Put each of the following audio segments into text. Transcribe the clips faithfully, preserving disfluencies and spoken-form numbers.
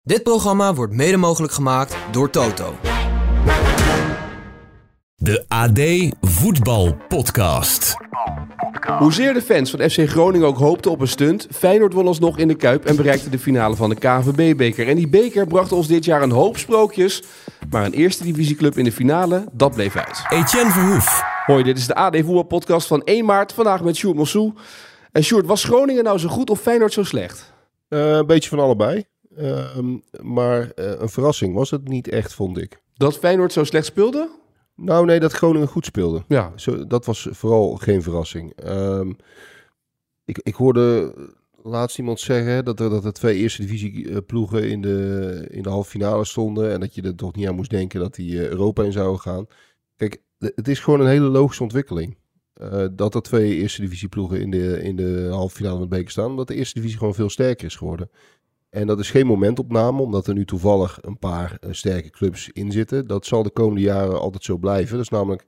Dit programma wordt mede mogelijk gemaakt door Toto. De A D Voetbal Podcast. Hoezeer de fans van F C Groningen ook hoopten op een stunt, Feyenoord won alsnog in de Kuip en bereikte de finale van de K N V B-beker. En die beker bracht ons dit jaar een hoop sprookjes, maar een eerste divisieclub in de finale, dat bleef uit. Etienne Verhoef. Hoi, dit is de A D Voetbal Podcast van één maart, vandaag met Sjoerd Mossou. En Sjoerd, was Groningen nou zo goed of Feyenoord zo slecht? Uh, een beetje van allebei. Uh, maar uh, een verrassing was het niet echt, vond ik. Dat Feyenoord zo slecht speelde? Nou nee, dat Groningen goed speelde. Ja. Zo, dat was vooral geen verrassing. Um, ik, ik hoorde laatst iemand zeggen dat er, dat er twee eerste divisie ploegen in de, in de halve finale stonden. En dat je er toch niet aan moest denken dat die Europa in zouden gaan. Kijk, het is gewoon een hele logische ontwikkeling. Uh, dat er twee eerste divisie ploegen in de, in de halve finale van de beker staan. Omdat de eerste divisie gewoon veel sterker is geworden. En dat is geen momentopname, omdat er nu toevallig een paar uh, sterke clubs in zitten. Dat zal de komende jaren altijd zo blijven. Dat is namelijk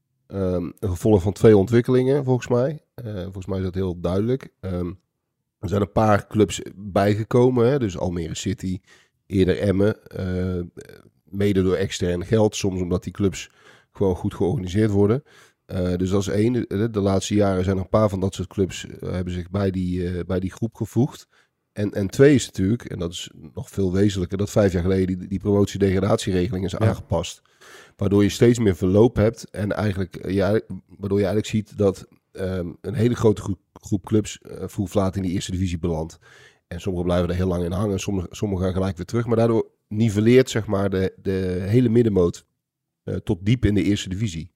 um, een gevolg van twee ontwikkelingen, volgens mij. Uh, volgens mij is dat heel duidelijk. Um, er zijn een paar clubs bijgekomen, hè? Dus Almere City, eerder Emmen. Uh, mede door extern geld, soms omdat die clubs gewoon goed georganiseerd worden. Uh, dus dat is één. De, de laatste jaren zijn er een paar van dat soort clubs uh, hebben zich bij die, uh, bij die groep gevoegd. En, en twee is natuurlijk, en dat is nog veel wezenlijker, dat vijf jaar geleden die, die promotie-degradatieregeling is aangepast. Ja. Waardoor je steeds meer verloop hebt en eigenlijk, ja, waardoor je eigenlijk ziet dat um, een hele grote groep, groep clubs uh, vroeg of laat in die eerste divisie belandt. En sommigen blijven er heel lang in hangen, sommigen, sommigen gaan gelijk weer terug. Maar daardoor niveleert zeg maar de, de hele middenmoot uh, tot diep in de eerste divisie.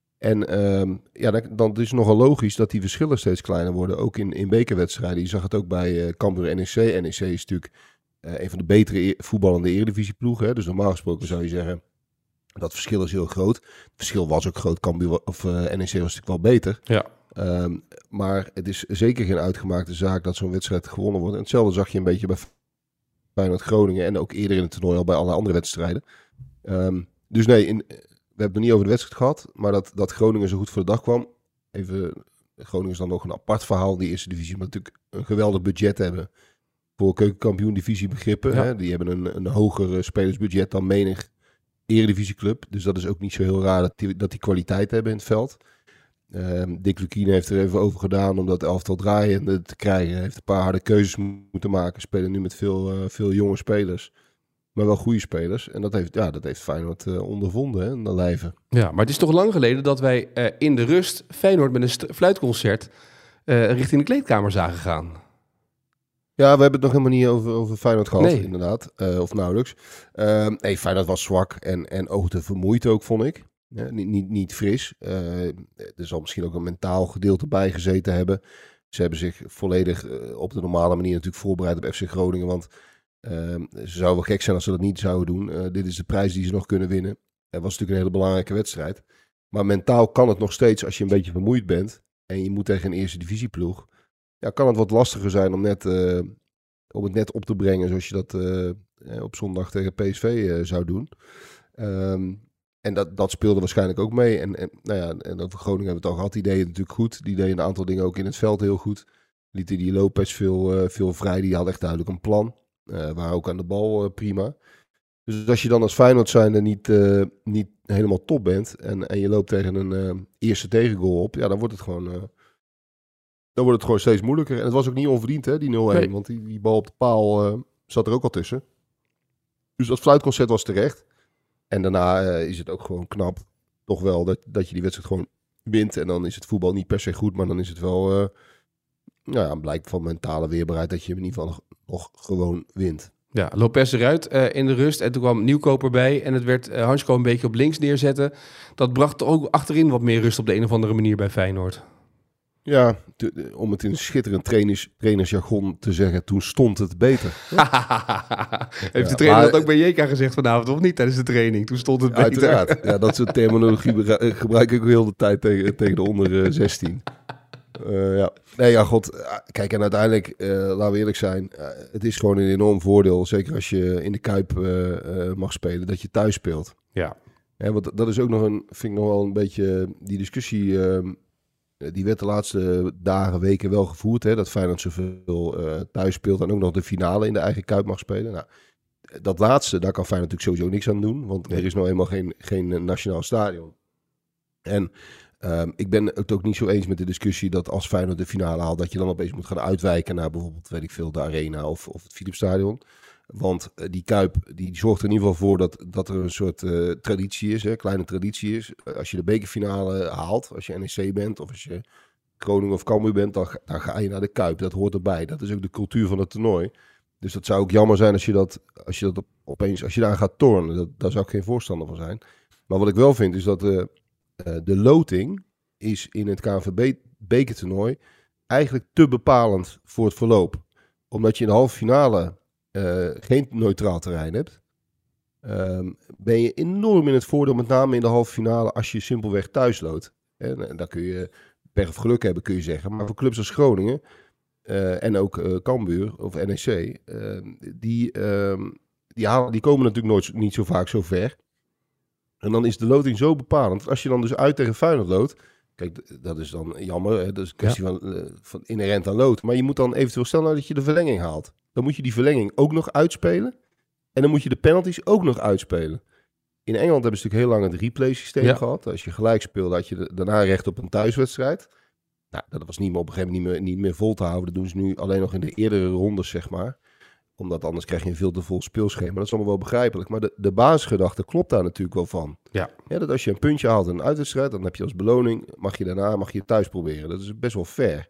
En um, ja, dan, dan is het nogal logisch dat die verschillen steeds kleiner worden. Ook in, in bekerwedstrijden. Je zag het ook bij uh, Cambuur en N E C. N E C is natuurlijk uh, een van de betere e- voetballende eredivisieploegen. Hè? Dus normaal gesproken zou je zeggen, dat verschil is heel groot. Het verschil was ook groot. Cambuur of uh, N E C was natuurlijk wel beter. Ja. Um, maar het is zeker geen uitgemaakte zaak dat zo'n wedstrijd gewonnen wordt. En hetzelfde zag je een beetje bij Feyenoord Groningen. En ook eerder in het toernooi al bij alle andere wedstrijden. Um, dus nee, in... We hebben het nog niet over de wedstrijd gehad, maar dat, dat Groningen zo goed voor de dag kwam. Even, Groningen is dan nog een apart verhaal, die eerste divisie. Maar natuurlijk een geweldig budget hebben voor keukenkampioen-divisie begrippen. Ja. Hè? Die hebben een, een hoger spelersbudget dan menig eredivisieclub. Dus dat is ook niet zo heel raar dat die, dat die kwaliteit hebben in het veld. Um, Dick Lukien heeft er even over gedaan om dat elftal draaiende te krijgen. Hij heeft een paar harde keuzes moeten maken. Spelen nu met veel, uh, veel jonge spelers. Maar wel goede spelers. En dat heeft, ja, dat heeft Feyenoord uh, ondervonden, hè, in de lijve. Ja, maar het is toch lang geleden dat wij uh, in de rust Feyenoord met een st- fluitconcert uh, richting de kleedkamer zagen gaan. Ja, we hebben het nog helemaal niet over, over Feyenoord gehad, nee. inderdaad. Uh, of nauwelijks. Uh, nee, Feyenoord was zwak en, en oogde vermoeid ook, vond ik. Ja, niet, niet, niet fris. Uh, er zal misschien ook een mentaal gedeelte bij gezeten hebben. Ze hebben zich volledig uh, op de normale manier natuurlijk voorbereid op F C Groningen, want... Uh, ze zouden wel gek zijn als ze dat niet zouden doen. Uh, dit is de prijs die ze nog kunnen winnen. Het was natuurlijk een hele belangrijke wedstrijd. Maar mentaal kan het nog steeds, als je een beetje vermoeid bent en je moet tegen een eerste divisieploeg, ja, kan het wat lastiger zijn om, net, uh, om het net op te brengen zoals je dat uh, op zondag tegen P S V uh, zou doen. Um, en dat, dat speelde waarschijnlijk ook mee. En, en, nou ja, en over Groningen hebben we het al gehad. Die deden het natuurlijk goed. Die deden een aantal dingen ook in het veld heel goed. Lieten die Lopez veel, uh, veel vrij. Die had echt duidelijk een plan. Uh, waren ook aan de bal uh, prima. Dus als je dan als Feyenoord zijnde niet, uh, niet helemaal top bent en, en je loopt tegen een uh, eerste tegengoal op, ja, dan wordt het gewoon uh, dan wordt het gewoon steeds moeilijker. En het was ook niet onverdiend, hè, die nul-een, nee. Want die, die bal op de paal uh, zat er ook al tussen. Dus dat fluitconcert was terecht. En daarna uh, is het ook gewoon knap, toch wel, dat, dat je die wedstrijd gewoon wint. En dan is het voetbal niet per se goed, maar dan is het wel uh, nou ja, een blijk van mentale weerbaarheid dat je in ieder geval nog, nog gewoon wint. Ja, Lopez eruit uh, in de rust en toen kwam Nieuwkoper bij en het werd uh, Hansko een beetje op links neerzetten. Dat bracht ook achterin wat meer rust op de een of andere manier bij Feyenoord. Ja, te, om het in schitterend trainers, trainersjargon te zeggen, toen stond het beter. Heeft ja, de trainer maar, dat ook bij J K gezegd vanavond, of niet, tijdens de training? Toen stond het beter. Uiteraard. Ja, dat soort terminologie gebruik ik ook heel de tijd tegen, tegen de onder zestien. Uh, ja. Nee, ja, god. Kijk, en uiteindelijk, uh, laten we eerlijk zijn, uh, het is gewoon een enorm voordeel, zeker als je in de Kuip uh, uh, mag spelen, dat je thuis speelt. Ja. Ja, want dat is ook nog een, vind ik nog wel een beetje, die discussie, uh, die werd de laatste dagen, weken wel gevoerd, hè, dat Feyenoord zoveel uh, thuis speelt en ook nog de finale in de eigen Kuip mag spelen. Nou, dat laatste, daar kan Feyenoord natuurlijk sowieso niks aan doen. Want er is nou eenmaal geen, geen nationaal stadion. En um, ik ben het ook niet zo eens met de discussie dat als Feyenoord de finale haalt, dat je dan opeens moet gaan uitwijken naar bijvoorbeeld, weet ik veel, de Arena of, of het Philipsstadion. Want uh, die Kuip, die zorgt er in ieder geval voor dat, dat er een soort uh, traditie is, hè, kleine traditie is. Uh, als je de bekerfinale haalt, als je N E C bent of als je Groningen of Cambuur bent, dan, dan ga je naar de Kuip. Dat hoort erbij. Dat is ook de cultuur van het toernooi. Dus dat zou ook jammer zijn als je dat, als je dat op, opeens, als je daar gaat tornen. Dat, daar zou ik geen voorstander van zijn. Maar wat ik wel vind is dat uh, uh, de loting is in het K N V B-bekertoernooi eigenlijk te bepalend voor het verloop. Omdat je in de halve finale uh, geen neutraal terrein hebt, um, ben je enorm in het voordeel, met name in de halve finale, als je simpelweg thuis loopt. En, en daar kun je per of geluk hebben, kun je zeggen. Maar voor clubs als Groningen uh, en ook uh, Cambuur of N E C, uh, die, uh, die, halen, die komen natuurlijk nooit, niet zo vaak zo ver. En dan is de loting zo bepalend. Als je dan dus uit tegen Feyenoord loopt, kijk, dat is dan jammer. Hè? Dat is een kwestie ja. van, uh, van inherent aan lood. Maar je moet dan eventueel stellen nou dat je de verlenging haalt. Dan moet je die verlenging ook nog uitspelen. En dan moet je de penalties ook nog uitspelen. In Engeland hebben ze natuurlijk heel lang het replay systeem ja. gehad. Als je gelijk speelde, had je de, daarna recht op een thuiswedstrijd. Nou, dat was niet meer op een gegeven moment niet meer, niet meer vol te houden. Dat doen ze nu alleen nog in de eerdere rondes, zeg maar. Omdat anders krijg je een veel te vol speelschema. Dat is allemaal wel begrijpelijk. Maar de, de basisgedachte klopt daar natuurlijk wel van. Ja. Ja, dat als je een puntje haalt in een uitwedstrijd, dan heb je als beloning, mag je daarna mag je het thuis proberen. Dat is best wel fair.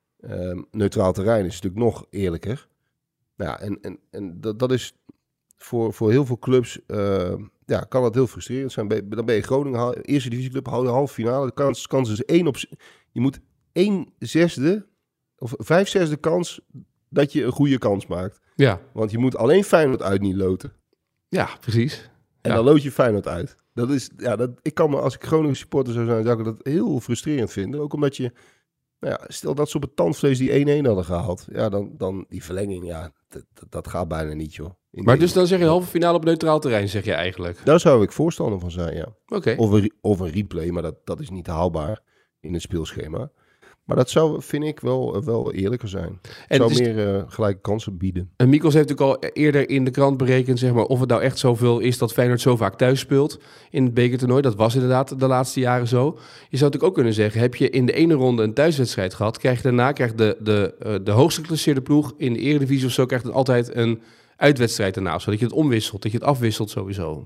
Um, neutraal terrein is natuurlijk nog eerlijker. Nou ja, en, en, en dat, dat is voor, voor heel veel clubs, uh, ja, kan dat heel frustrerend zijn. Dan ben je Groningen, eerste divisieclub, hou je halve finale. De kans, kans is één op... Je moet één zesde, of vijf zesde kans dat je een goede kans maakt. Ja. Want je moet alleen Feyenoord uit niet loten. Ja, precies. En ja. dan loot je Feyenoord uit. Dat is, ja, dat, ik kan me, als ik Groningen supporter zou zijn, zou ik dat heel frustrerend vinden. Ook omdat je, nou ja, stel dat ze op het tandvlees die één-één hadden gehaald. Ja, dan, dan die verlenging, ja, dat, dat, dat gaat bijna niet, joh. In maar dus dan zeg je halve finale op neutraal terrein, zeg je eigenlijk? Daar zou ik voorstander van zijn, ja. Oké. Okay. Of, een, of een replay, maar dat, dat is niet haalbaar in het speelschema. Maar dat zou, vind ik, wel, wel eerlijker zijn. Het zou is, meer uh, gelijke kansen bieden. En Mikkels heeft natuurlijk al eerder in de krant berekend, zeg maar, of het nou echt zoveel is dat Feyenoord zo vaak thuis speelt in het bekertoernooi. Dat was inderdaad de laatste jaren zo. Je zou natuurlijk ook kunnen zeggen, heb je in de ene ronde een thuiswedstrijd gehad, krijg je daarna krijgt de, de, uh, de hoogste geclasseerde ploeg in de Eredivisie of zo, krijgt het altijd een uitwedstrijd daarna, zodat je het omwisselt, dat je het afwisselt sowieso.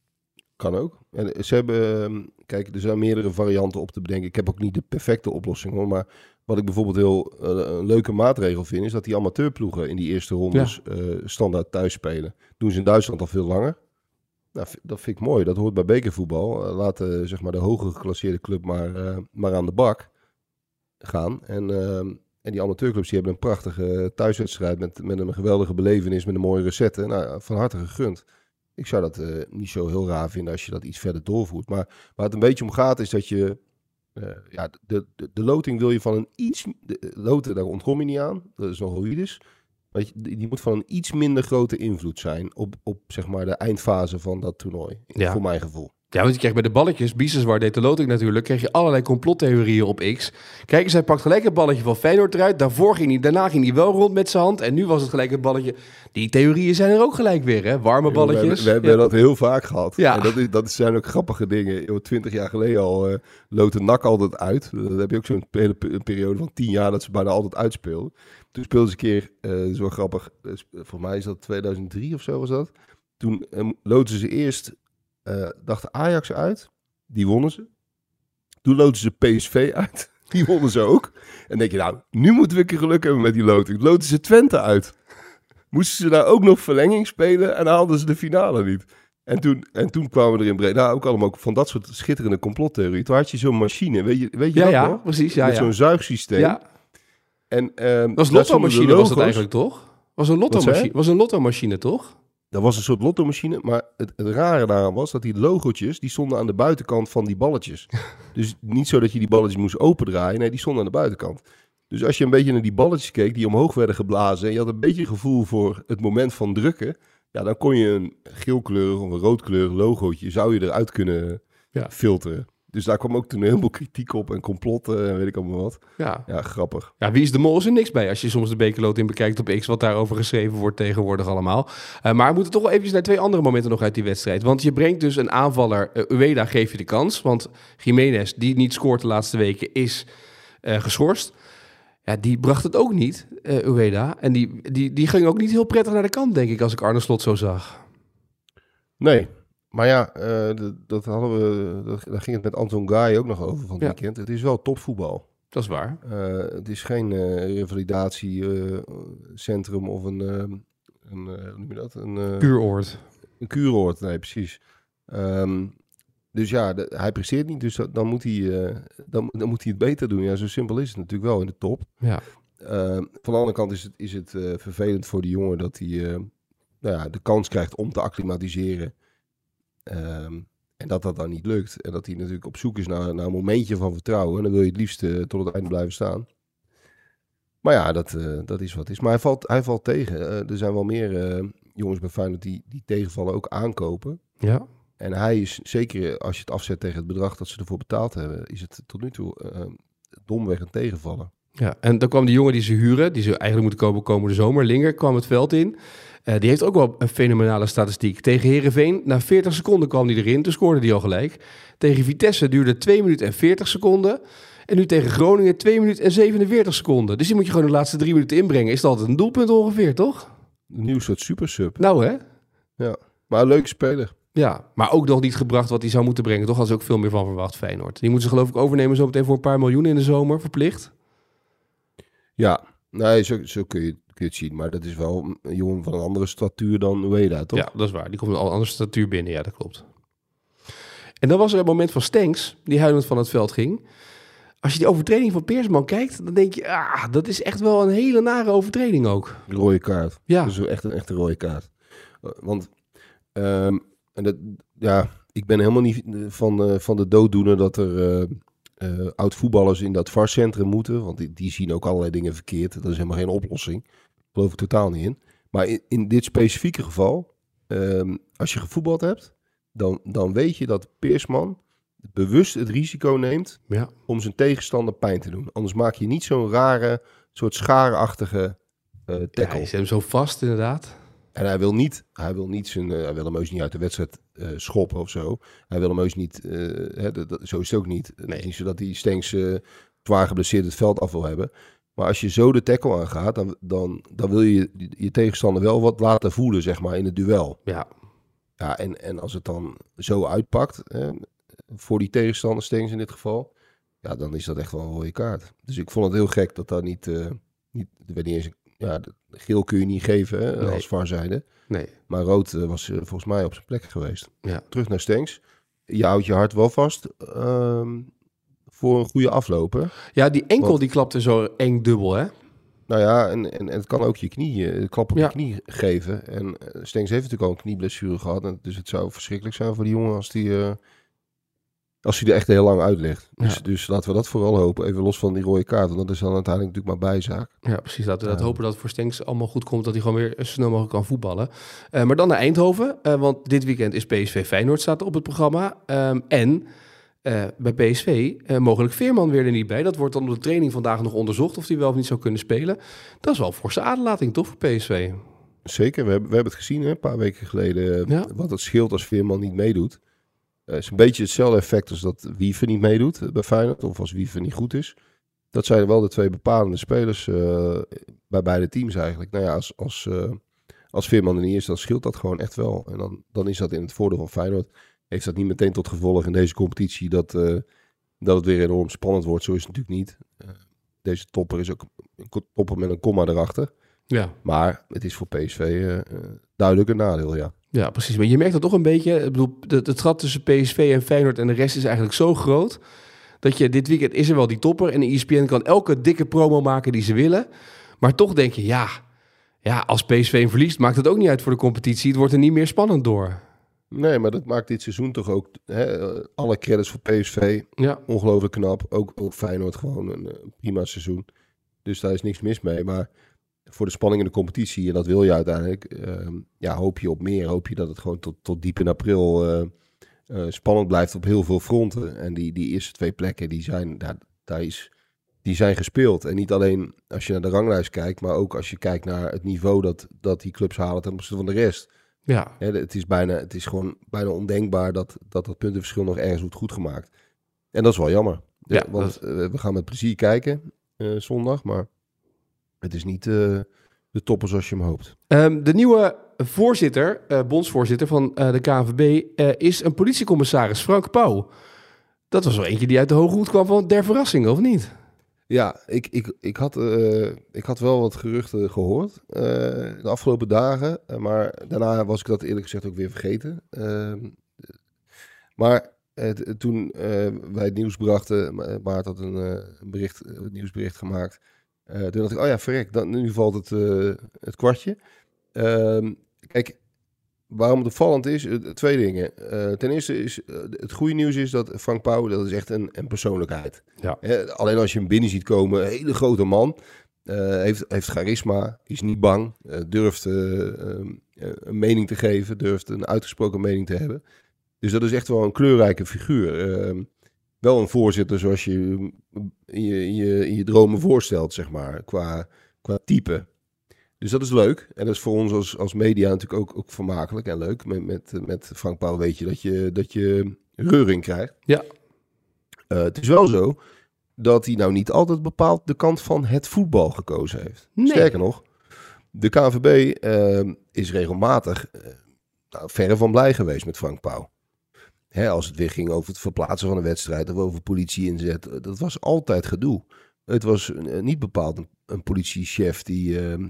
Kan ook. En ze hebben, kijk, er zijn meerdere varianten op te bedenken. Ik heb ook niet de perfecte oplossing hoor, maar wat ik bijvoorbeeld heel uh, een leuke maatregel vind, is dat die amateurploegen in die eerste rondes ja. uh, standaard thuis spelen. Doen ze in Duitsland al veel langer. Nou, dat vind ik mooi. Dat hoort bij bekervoetbal. Uh, laten zeg maar de hoger geclasseerde club maar, uh, maar aan de bak gaan. En, uh, en die amateurclubs die hebben een prachtige thuiswedstrijd met, met een geweldige belevenis, met een mooie recette. Nou, van harte gegund. Ik zou dat uh, niet zo heel raar vinden als je dat iets verder doorvoert. Maar waar het een beetje om gaat is dat je... Uh, ja, de, de, de loting wil je van een iets... De loten, daar ontkom je niet aan. Dat is nogal juridisch. Maar je, die moet van een iets minder grote invloed zijn op, op zeg maar de eindfase van dat toernooi. Ja. Voor mijn gevoel. Ja, want je krijgt bij de balletjes, Biseswar deed de loting natuurlijk, kreeg je allerlei complottheorieën op X. Kijk eens, hij pakt gelijk het balletje van Feyenoord eruit. Daarvoor ging hij, daarna ging hij wel rond met zijn hand. En nu was het gelijk het balletje. Die theorieën zijn er ook gelijk weer, hè? Warme balletjes. We, we, we hebben ja. dat heel vaak gehad. Ja. En dat, is, dat zijn ook grappige dingen. Twintig jaar geleden al uh, loot de N A C altijd uit. Dan heb je ook zo'n hele een periode van tien jaar dat ze bijna altijd uitspeelden. Toen speelden ze een keer, uh, zo grappig, uh, voor mij is dat tweeduizend drie of zo was dat. Toen uh, loten ze eerst... Uh, dachten Ajax uit, die wonnen ze. Toen loten ze P S V uit, die wonnen ze ook. En dan denk je, nou, nu moeten we een keer geluk hebben met die loting. Loten ze Twente uit. Moesten ze daar ook nog verlenging spelen en haalden ze de finale niet. En toen, en toen kwamen we er in Breda nou, ook allemaal van dat soort schitterende complottheorieën. Toen had je zo'n machine, weet je, weet je ja, dat ja, nog? Precies, ja, met ja. zo'n zuigsysteem. Ja. En, um, was lotto-machine was het eigenlijk, toch? Was een lotto-machine, was een lotto-machine, toch? Dat was een soort lotto-machine, maar het, het rare daaraan was dat die logotjes, die stonden aan de buitenkant van die balletjes. Dus niet zo dat je die balletjes moest opendraaien, nee, die stonden aan de buitenkant. Dus als je een beetje naar die balletjes keek, die omhoog werden geblazen, en je had een beetje gevoel voor het moment van drukken, ja, dan kon je een geelkleurig of een roodkleurig logootje, zou je eruit kunnen ja. filteren. Dus daar kwam ook toen helemaal kritiek op en complotten en weet ik allemaal wat. Ja. Ja, grappig. Ja, Wie is de Mol is er niks bij als je soms de bekerloting bekijkt op X, wat daarover geschreven wordt tegenwoordig allemaal. Uh, maar we moeten toch wel even naar twee andere momenten nog uit die wedstrijd. Want je brengt dus een aanvaller, uh, Ueda geef je de kans. Want Jiménez, die niet scoort de laatste weken, is uh, geschorst. Ja, die bracht het ook niet, uh, Ueda. En die, die, die ging ook niet heel prettig naar de kant, denk ik, als ik Arne Slot zo zag. Nee, maar ja, uh, dat, dat hadden we, dat, daar ging het met Anton Gaai ook nog over van het Ja. weekend. Het is wel topvoetbal. Dat is waar. Uh, het is geen uh, revalidatiecentrum uh, of een, uh, een uh, hoe noem je dat? Een, uh, Kuuroord. een kuuroord, nee, precies. Um, dus ja, de, hij presteert niet, dus dat, dan, moet hij, uh, dan, dan moet hij het beter doen. Ja, zo simpel is het natuurlijk wel in de top. Ja. Uh, van de andere kant is het, is het uh, vervelend voor die jongen dat hij uh, nou ja, de kans krijgt om te acclimatiseren. Um, en dat dat dan niet lukt. En dat hij natuurlijk op zoek is naar, naar een momentje van vertrouwen. En dan wil je het liefst uh, tot het einde blijven staan. Maar ja, dat, uh, dat is wat het is. Maar hij valt, hij valt tegen. Uh, er zijn wel meer uh, jongens bij Feyenoord die, die tegenvallen ook aankopen. Ja. En hij is, zeker als je het afzet tegen het bedrag dat ze ervoor betaald hebben, is het tot nu toe uh, domweg een tegenvallen. Ja, en dan kwam die jongen die ze huren, die ze eigenlijk moeten komen komende zomer, Linger, kwam het veld in. Uh, die heeft ook wel een fenomenale statistiek. Tegen Heerenveen, na veertig seconden kwam hij erin, toen scoorde hij al gelijk. Tegen Vitesse duurde twee minuten en veertig seconden. En nu tegen Groningen twee minuten en zevenenveertig seconden. Dus die moet je gewoon de laatste drie minuten inbrengen. Is dat altijd een doelpunt ongeveer, toch? Een nieuw soort supersub. Nou hè? Ja, maar een leuke speler. Ja, maar ook nog niet gebracht wat hij zou moeten brengen. Toch hadden ze ook veel meer van verwacht, Feyenoord. Die moeten ze geloof ik overnemen zo meteen voor een paar miljoen in de zomer, verplicht. Ja, nee, zo, zo kun, je, kun je het zien. Maar dat is wel een jongen van een andere statuur dan Ueda, toch? Ja, dat is waar. Die komt met een andere statuur binnen. Ja, dat klopt. En dan was er het moment van Stenks, die huilend van het veld ging. Als je die overtreding van Peersman kijkt, dan denk je, ah, dat is echt wel een hele nare overtreding ook. Een rode kaart. Ja. Dat is echt een echte rode kaart. Uh, want, um, en dat, ja, ik ben helemaal niet van, uh, van de dooddoener dat er uh, uh, oud-voetballers in dat V A R-centrum moeten. Want die, die zien ook allerlei dingen verkeerd. Dat is helemaal geen oplossing. Daar geloof ik totaal niet in. Maar in, in dit specifieke geval, um, als je gevoetbald hebt, dan, dan weet je dat Peersman bewust het risico neemt Ja. om zijn tegenstander pijn te doen. Anders maak je niet zo'n rare, soort schaarachtige uh, Ja, tackle. je zet hem zo vast inderdaad. En hij wil niet, hij wil niet zijn, uh, hij wil hem heus niet uit de wedstrijd uh, schoppen of zo. Hij wil hem heus niet, uh, hè, dat, dat, zo is het ook niet. Het Nee. is niet zo dat hij Stenks uh, zwaar geblesseerd het veld af wil hebben. Maar als je zo de tackle aangaat, dan, dan, dan wil je je tegenstander wel wat laten voelen, zeg maar, in het duel. Ja. Ja, en, en als het dan zo uitpakt, hè, voor die tegenstander, Stenks in dit geval, ja, dan is dat echt wel een rode kaart. Dus ik vond het heel gek dat daar niet, uh, niet er werd niet eens, ja, de, geel kun je niet geven, hè, Nee. als V A R zijde. Nee. Maar rood uh, was uh, volgens mij op zijn plek geweest. Ja. Terug naar Stenks. Je houdt je hart wel vast um, voor een goede afloper. Ja, die enkel Want- die klapte zo eng dubbel, hè? Nou ja, en, en, en het kan ook je knie, uh, klap op Ja. je knie geven. En uh, Stenks heeft natuurlijk al een knieblessure gehad. En dus het zou verschrikkelijk zijn voor die jongen als die, uh, als hij er echt heel lang uit ligt. Dus, Ja. dus laten we dat vooral hopen. Even los van die rode kaart. Want dat is dan uiteindelijk natuurlijk maar bijzaak. Ja, precies. Laten we dat Ja. hopen dat het voor Stenks allemaal goed komt. Dat hij gewoon weer zo snel mogelijk kan voetballen. Uh, maar dan naar Eindhoven. Uh, want dit weekend is P S V Feyenoord staat op het programma. Um, en uh, bij P S V uh, mogelijk Veerman weer er niet bij. Dat wordt dan op de training vandaag nog onderzocht of hij wel of niet zou kunnen spelen. Dat is wel een forse aderlating toch voor P S V? Zeker, we hebben, we hebben het gezien hè, een paar weken geleden. Ja. Wat het scheelt als Veerman niet meedoet. Het uh, is een beetje hetzelfde effect als dat Wiever niet meedoet uh, bij Feyenoord. Of als Wiever niet goed is. Dat zijn wel de twee bepalende spelers uh, bij beide teams eigenlijk. Nou ja, als, als, uh, als Veerman er niet is, dan scheelt dat gewoon echt wel. En dan, dan is dat in het voordeel van Feyenoord. Heeft dat niet meteen tot gevolg in deze competitie dat, uh, dat het weer enorm spannend wordt. Zo is het natuurlijk niet. Uh, deze topper is ook een topper met een komma erachter. Ja. Maar het is voor P S V uh, uh, duidelijk een nadeel, ja. Ja, precies. Maar je merkt dat toch een beetje. Ik bedoel, het, het gat tussen P S V en Feyenoord en de rest is eigenlijk zo groot. Dat je dit weekend is er wel die topper. En de E S P N kan elke dikke promo maken die ze willen. Maar toch denk je, ja, ja als P S V hem verliest, maakt het ook niet uit voor de competitie. Het wordt er niet meer spannend door. Nee, maar dat maakt dit seizoen toch ook... Hè, alle credits voor P S V. Ja, Ongelooflijk knap. Ook, ook Feyenoord gewoon een, een prima seizoen. Dus daar is niks mis mee. Maar voor de spanning in de competitie, en dat wil je uiteindelijk... Uh, ja, hoop je op meer. Hoop je dat het gewoon tot, tot diep in april uh, uh, spannend blijft op heel veel fronten. En die, die eerste twee plekken, die zijn, daar, daar is, die zijn gespeeld. En niet alleen als je naar de ranglijst kijkt, maar ook als je kijkt naar het niveau dat, dat die clubs halen ten opzichte van de rest. Ja. Hè, het, is bijna, het is gewoon bijna ondenkbaar dat dat, dat puntenverschil nog ergens wordt goed gemaakt. En dat is wel jammer. De, Ja, want dat... uh, we gaan met plezier kijken uh, zondag, maar het is niet uh, de topper zoals je hem hoopt. Um, de nieuwe voorzitter, uh, bondsvoorzitter van uh, de K N V B, uh, is een politiecommissaris, Frank Pauw. Dat was wel eentje die uit de hoge hoed kwam van der verrassing, of niet? Ja, ik, ik, ik, had, uh, ik had wel wat geruchten gehoord uh, de afgelopen dagen. Uh, maar daarna was ik dat eerlijk gezegd ook weer vergeten. Uh, maar uh, toen uh, wij het nieuws brachten, Maart had een, uh, een, bericht, een nieuwsbericht gemaakt. Uh, toen dacht ik, oh ja, verrek, dan, nu valt het, uh, het kwartje. Uh, kijk, waarom het opvallend is, uh, twee dingen. Uh, ten eerste is, uh, het goede nieuws is dat Frank Pauw, dat is echt een, een persoonlijkheid. Ja. Uh, alleen als je hem binnen ziet komen, een hele grote man, uh, heeft, heeft charisma, is niet bang, uh, durft uh, uh, een mening te geven, durft een uitgesproken mening te hebben. Dus dat is echt wel een kleurrijke figuur. Uh, wel een voorzitter zoals je in je, in je, in je dromen voorstelt, zeg maar, qua, qua type. Dus dat is leuk. En dat is voor ons als, als media natuurlijk ook, ook vermakelijk en leuk. Met, met, met Frank Pauw weet je dat, je dat je reuring krijgt. Ja. Uh, het is wel zo dat hij nou niet altijd bepaald de kant van het voetbal gekozen heeft. Nee. Sterker nog, de K N V B uh, is regelmatig uh, nou, verre van blij geweest met Frank Pauw. Hè, als het weer ging over het verplaatsen van een wedstrijd of over politie-inzet. Dat was altijd gedoe. Het was uh, niet bepaald een, een politiechef die... Uh,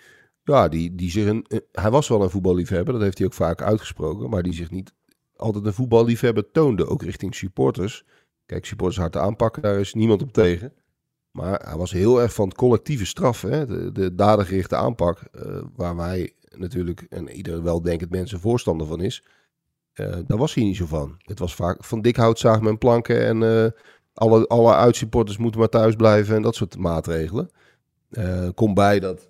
Ja, die, die zich een, hij was wel een voetballiefhebber, dat heeft hij ook vaak uitgesproken, maar die zich niet altijd een voetballiefhebber toonde, ook richting supporters. Kijk, supporters hard te aanpakken, daar is niemand op tegen. Maar hij was heel erg van het collectieve straf, hè? De, de dadergerichte aanpak, uh, waar wij natuurlijk, en iedereen wel denkt dat mensen voorstander van is, uh, daar was hij niet zo van. Het was vaak van dik hout zagen met planken en uh, alle, alle uitsupporters moeten maar thuis blijven en dat soort maatregelen. Uh, kom bij dat...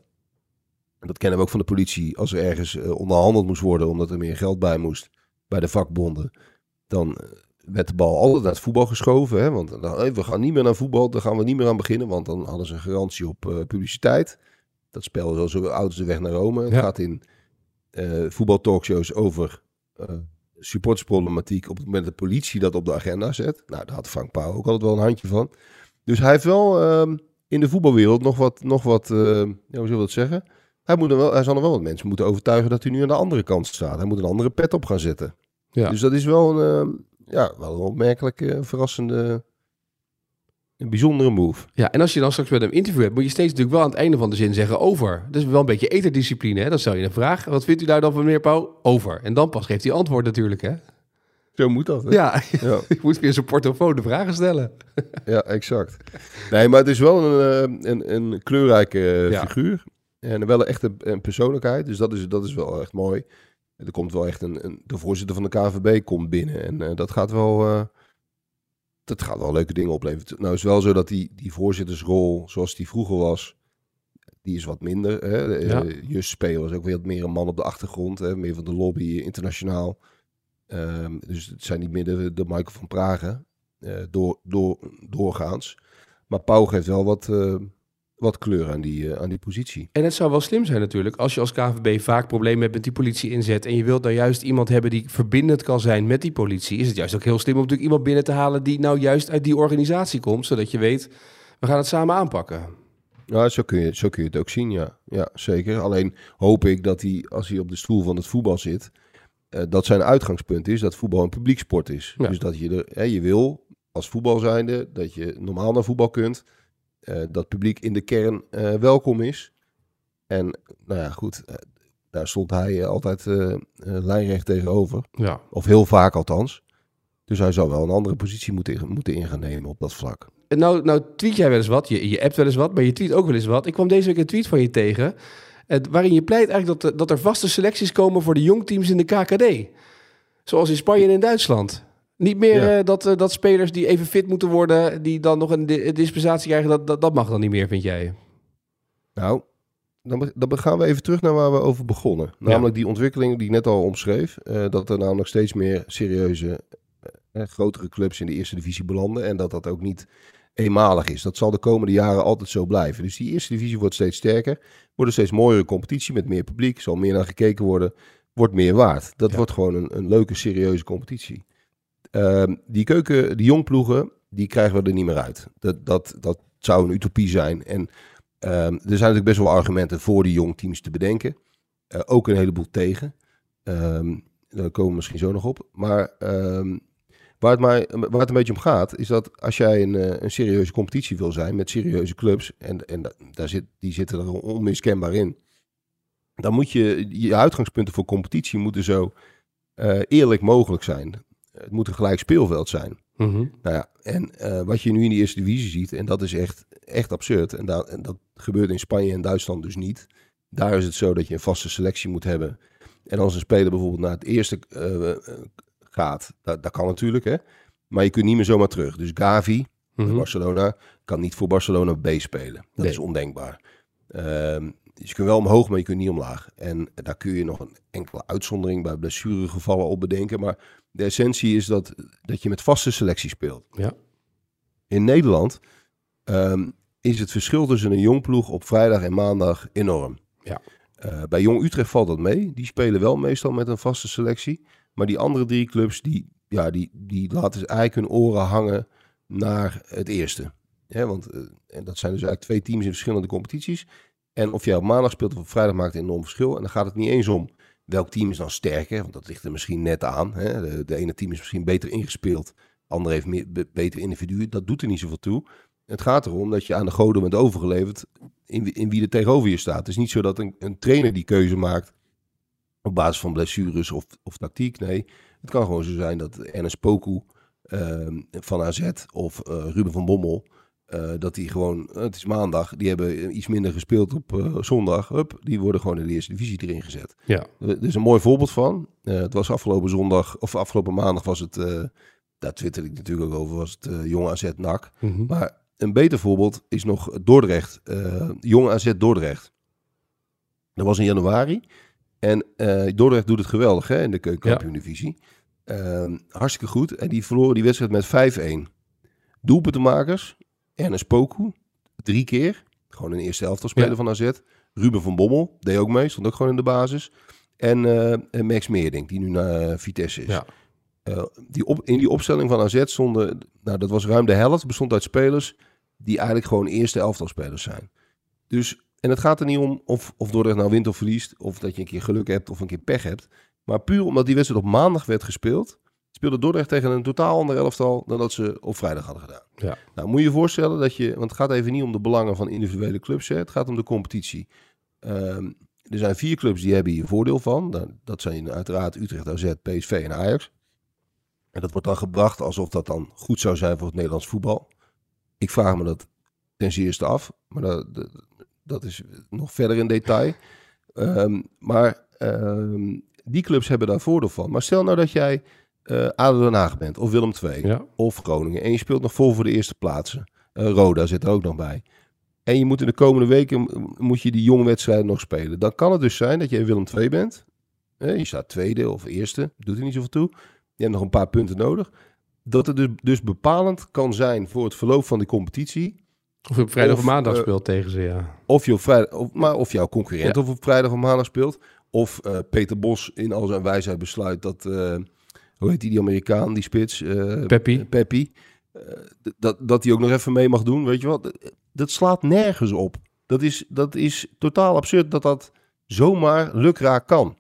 Dat kennen we ook van de politie. Als er ergens uh, onderhandeld moest worden omdat er meer geld bij moest bij de vakbonden, dan uh, werd de bal altijd naar het voetbal geschoven. Hè? Want dan, hey, we gaan niet meer naar voetbal, daar gaan we niet meer aan beginnen, want dan hadden ze een garantie op uh, publiciteit. Dat spel is al zo oud als de weg naar Rome. Het ja. gaat in uh, voetbaltalkshows over uh, supportersproblematiek op het moment dat de politie dat op de agenda zet. Nou, daar had Frank Pauw ook altijd wel een handje van. Dus hij heeft wel uh, in de voetbalwereld nog wat, nog wat uh, ja, hoe zullen we dat zeggen? Hij, moet er wel, hij zal er wel wat mensen moeten overtuigen dat hij nu aan de andere kant staat. Hij moet een andere pet op gaan zetten. Ja. Dus dat is wel een, uh, ja, wel een opmerkelijke, verrassende, een bijzondere move. Ja, en als je dan straks met hem interview hebt, moet je steeds natuurlijk wel aan het einde van de zin zeggen over. Dat is wel een beetje eterdiscipline, hè? Dan stel je een vraag. Wat vindt u daar dan van meneer Pauw? Over. En dan pas geeft hij antwoord natuurlijk, hè? Zo moet dat, hè? Ja, ja. je moet weer zo'n portofoon de vragen stellen. Ja, exact. Nee, maar het is wel een, een, een kleurrijke ja. figuur. En wel echt een, een persoonlijkheid. Dus dat is, dat is wel echt mooi. En er komt wel echt een, een... De voorzitter van de K N V B komt binnen. En uh, dat gaat wel... Uh, dat gaat wel leuke dingen opleveren. Nou is het wel zo dat die, die voorzittersrol, zoals die vroeger was, die is wat minder. Hè? Ja. Uh, Just Speel was ook weer wat meer een man op de achtergrond. Hè? Meer van de lobby internationaal. Um, dus het zijn niet meer de, de Michael van Pragen. Uh, door, door, doorgaans. Maar Pauw geeft wel wat... Uh, wat kleur aan die, uh, aan die positie. En het zou wel slim zijn natuurlijk, als je als K N V B vaak problemen hebt met die politie-inzet en je wilt daar juist iemand hebben die verbindend kan zijn met die politie, is het juist ook heel slim om natuurlijk iemand binnen te halen die nou juist uit die organisatie komt, zodat je weet, we gaan het samen aanpakken. Ja, zo kun je, zo kun je het ook zien, ja. Ja, zeker. Alleen hoop ik dat hij, als hij op de stoel van het voetbal zit, uh, dat zijn uitgangspunt is dat voetbal een publieksport is. Ja. Dus dat je er, hè, je wil als voetbal zijnde, dat je normaal naar voetbal kunt, Uh, dat publiek in de kern uh, welkom is. En nou ja, goed, uh, daar stond hij uh, altijd uh, uh, lijnrecht tegenover. Ja. Of heel vaak althans. Dus hij zou wel een andere positie moeten, moeten in gaan nemen op dat vlak. En nou, nou tweet jij wel eens wat, je, je appt wel eens wat, maar je tweet ook wel eens wat. Ik kwam deze week een tweet van je tegen, uh, waarin je pleit eigenlijk dat, dat er vaste selecties komen voor de jongteams in de K K D. Zoals in Spanje en in Duitsland. Niet meer ja. uh, dat, uh, dat spelers die even fit moeten worden, die dan nog een di- dispensatie krijgen, dat, dat, dat mag dan niet meer, vind jij? Nou, dan, dan gaan we even terug naar waar we over begonnen. Namelijk ja. die ontwikkeling die ik net al omschreef. Uh, dat er namelijk steeds meer serieuze, uh, grotere clubs in de eerste divisie belanden. En dat dat ook niet eenmalig is. Dat zal de komende jaren altijd zo blijven. Dus die eerste divisie wordt steeds sterker. Wordt een steeds mooiere competitie met meer publiek. Zal meer naar gekeken worden. Wordt meer waard. Dat ja. wordt gewoon een, een leuke, serieuze competitie. Uh, die keuken, die jongploegen, die krijgen we er niet meer uit. Dat, dat, dat zou een utopie zijn. En uh, er zijn natuurlijk best wel argumenten voor die jongteams te bedenken. Uh, ook een heleboel tegen. Um, daar komen we misschien zo nog op. Maar um, waar, het maar, waar het een beetje om gaat, is dat als jij een, een serieuze competitie wil zijn met serieuze clubs, en, en daar zit, die zitten er onmiskenbaar in, dan moet je, je uitgangspunten voor competitie moeten zo uh, eerlijk mogelijk zijn. Het moet een gelijk speelveld zijn. Mm-hmm. Nou ja, en uh, wat je nu in de eerste divisie ziet, en dat is echt, echt absurd. En, da- en dat gebeurt in Spanje en Duitsland dus niet. Daar is het zo dat je een vaste selectie moet hebben. En als een speler bijvoorbeeld naar het eerste uh, uh, gaat, dat, dat kan natuurlijk, hè. Maar je kunt niet meer zomaar terug. Dus Gavi, mm-hmm. Barcelona, kan niet voor Barcelona B spelen. Dat nee. is ondenkbaar. Uh, dus je kunt wel omhoog, maar je kunt niet omlaag. En daar kun je nog een enkele uitzondering bij blessuregevallen op bedenken. Maar de essentie is dat, dat je met vaste selectie speelt. Ja. In Nederland um, is het verschil tussen een jongploeg op vrijdag en maandag enorm. Ja. Uh, bij Jong Utrecht valt dat mee. Die spelen wel meestal met een vaste selectie. Maar die andere drie clubs, die, ja, die, die laten eigenlijk hun oren hangen naar het eerste. Ja, want uh, en dat zijn dus eigenlijk twee teams in verschillende competities. En of jij op maandag speelt of op vrijdag maakt een enorm verschil. En dan gaat het niet eens om welk team is dan sterker. Want dat ligt er misschien net aan. Hè? De, de ene team is misschien beter ingespeeld. De andere heeft meer, be, beter individuen. Dat doet er niet zoveel toe. Het gaat erom dat je aan de goden bent overgeleverd in, in wie er tegenover je staat. Het is niet zo dat een, een trainer die keuze maakt op basis van blessures of, of tactiek. Nee, het kan gewoon zo zijn dat Enes Poku uh, van A Z of uh, Ruben van Bommel, Uh, dat die gewoon, uh, het is maandag, die hebben iets minder gespeeld op uh, zondag. Hup, die worden gewoon in de eerste divisie erin gezet. Ja. Er is een mooi voorbeeld van. Uh, het was afgelopen zondag, of afgelopen maandag was het, uh, daar twitterde ik natuurlijk ook over, was het uh, Jong A Z N A C. Mm-hmm. Maar een beter voorbeeld is nog Dordrecht, uh, Jong A Z Dordrecht. Dat was in januari. En uh, Dordrecht doet het geweldig hè, in de keukenkampioen-divisie. Ja. Uh, hartstikke goed. En die verloren die wedstrijd met vijf-een. Doelpuntenmakers, Enes Poku, drie keer. Gewoon in de eerste helft speler ja. van A Z. Ruben van Bommel, deed ook mee, stond ook gewoon in de basis. En uh, Max Meerdink, die nu naar uh, Vitesse is. Ja. Uh, die op, in die opstelling van A Z stonden, nou dat was ruim de helft, bestond uit spelers die eigenlijk gewoon eerste elftalspelers zijn. Dus, en het gaat er niet om of, of Dordrecht nou wint of verliest, of dat je een keer geluk hebt of een keer pech hebt. Maar puur omdat die wedstrijd op maandag werd gespeeld, speelde Dordrecht tegen een totaal ander elftal dan dat ze op vrijdag hadden gedaan. Ja. Nou, moet je je voorstellen dat je, want het gaat even niet om de belangen van individuele clubs, hè, het gaat om de competitie. Um, er zijn vier clubs die hebben hier voordeel van. Nou, dat zijn uiteraard Utrecht, A Z, P S V en Ajax. En dat wordt dan gebracht alsof dat dan goed zou zijn voor het Nederlands voetbal. Ik vraag me dat ten zeerste af, maar dat, dat, dat is nog verder in detail. Um, maar um, die clubs hebben daar voordeel van. Maar stel nou dat jij Uh, A D O Den Haag bent, of Willem twee, ja. of Groningen. En je speelt nog vol voor de eerste plaatsen. Uh, Roda zit er ook nog bij. En je moet in de komende weken, moet je die jonge wedstrijden nog spelen. Dan kan het dus zijn dat je Willem twee bent. Uh, je staat tweede of eerste, doet er niet zoveel toe. Je hebt nog een paar punten nodig. Dat het dus, dus bepalend kan zijn voor het verloop van de competitie. Of je op vrijdag of, of maandag uh, speelt tegen ze, ja. Of je op vrijdag, of, maar of jouw concurrent ja. of op vrijdag of maandag speelt. Of uh, Peter Bos in al zijn wijsheid besluit dat... Uh, Hoe heet die, die Amerikaan, die spits? Uh, Peppi. Peppi. Uh, dat, dat hij ook nog even mee mag doen, weet je wat? Dat, dat slaat nergens op. Dat is, dat is totaal absurd dat dat zomaar lukraak kan.